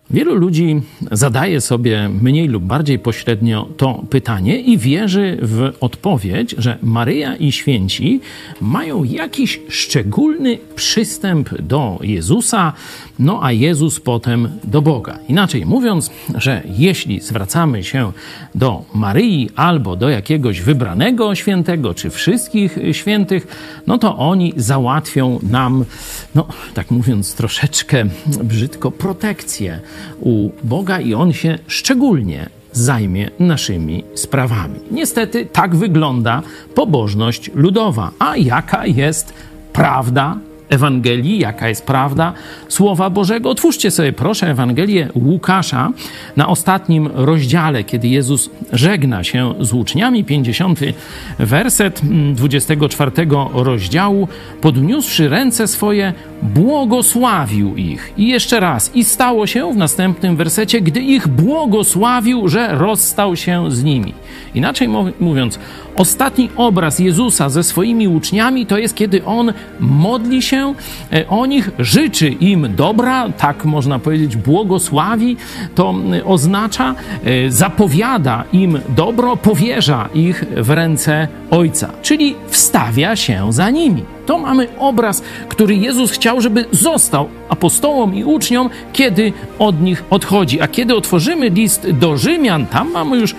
Wielu ludzi zadaje sobie mniej lub bardziej pośrednio to pytanie i wierzy w odpowiedź, że Maryja i święci mają jakiś szczególny przystęp do Jezusa, no a Jezus potem do Boga. Inaczej mówiąc, że jeśli zwracamy się do Maryi albo do jakiegoś wybranego świętego, czy wszystkich świętych, no to oni załatwią nam, no tak mówiąc troszeczkę brzydko, protekcję u Boga i On się szczególnie zajmie naszymi sprawami. Niestety tak wygląda pobożność ludowa. A jaka jest prawda Ewangelii, jaka jest prawda Słowa Bożego? Otwórzcie sobie proszę Ewangelię Łukasza na ostatnim rozdziale, kiedy Jezus żegna się z uczniami, 50. werset 24 rozdziału. Podniósłszy ręce swoje, błogosławił ich. I jeszcze raz. I stało się w następnym wersecie, gdy ich błogosławił, że rozstał się z nimi. Inaczej mówiąc, ostatni obraz Jezusa ze swoimi uczniami to jest, kiedy On modli się o nich, życzy im dobra, tak można powiedzieć, błogosławi, to oznacza, zapowiada im dobro, powierza ich w ręce Ojca, czyli wstawia się za nimi. To mamy obraz, który Jezus chciał, żeby został apostołom i uczniom, kiedy od nich odchodzi. A kiedy otworzymy list do Rzymian, tam mamy już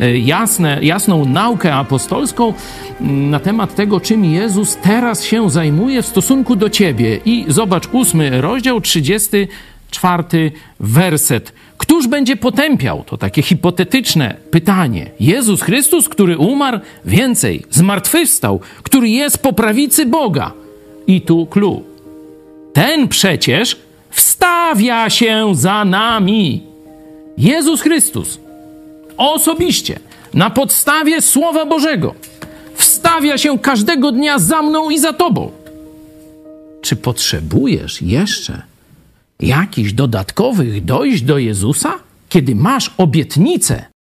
jasną naukę apostolską na temat tego, czym Jezus teraz się zajmuje w stosunku do ciebie. I zobacz 8 rozdział, 34 werset. Któż będzie potępiał? To takie hipotetyczne pytanie. Jezus Chrystus, który umarł, więcej, zmartwychwstał, który jest po prawicy Boga. I tu clue. Ten przecież wstawia się za nami. Jezus Chrystus osobiście, na podstawie Słowa Bożego, wstawia się każdego dnia za mną i za tobą. Czy potrzebujesz jeszcze jakichś dodatkowych dojść do Jezusa, kiedy masz obietnicę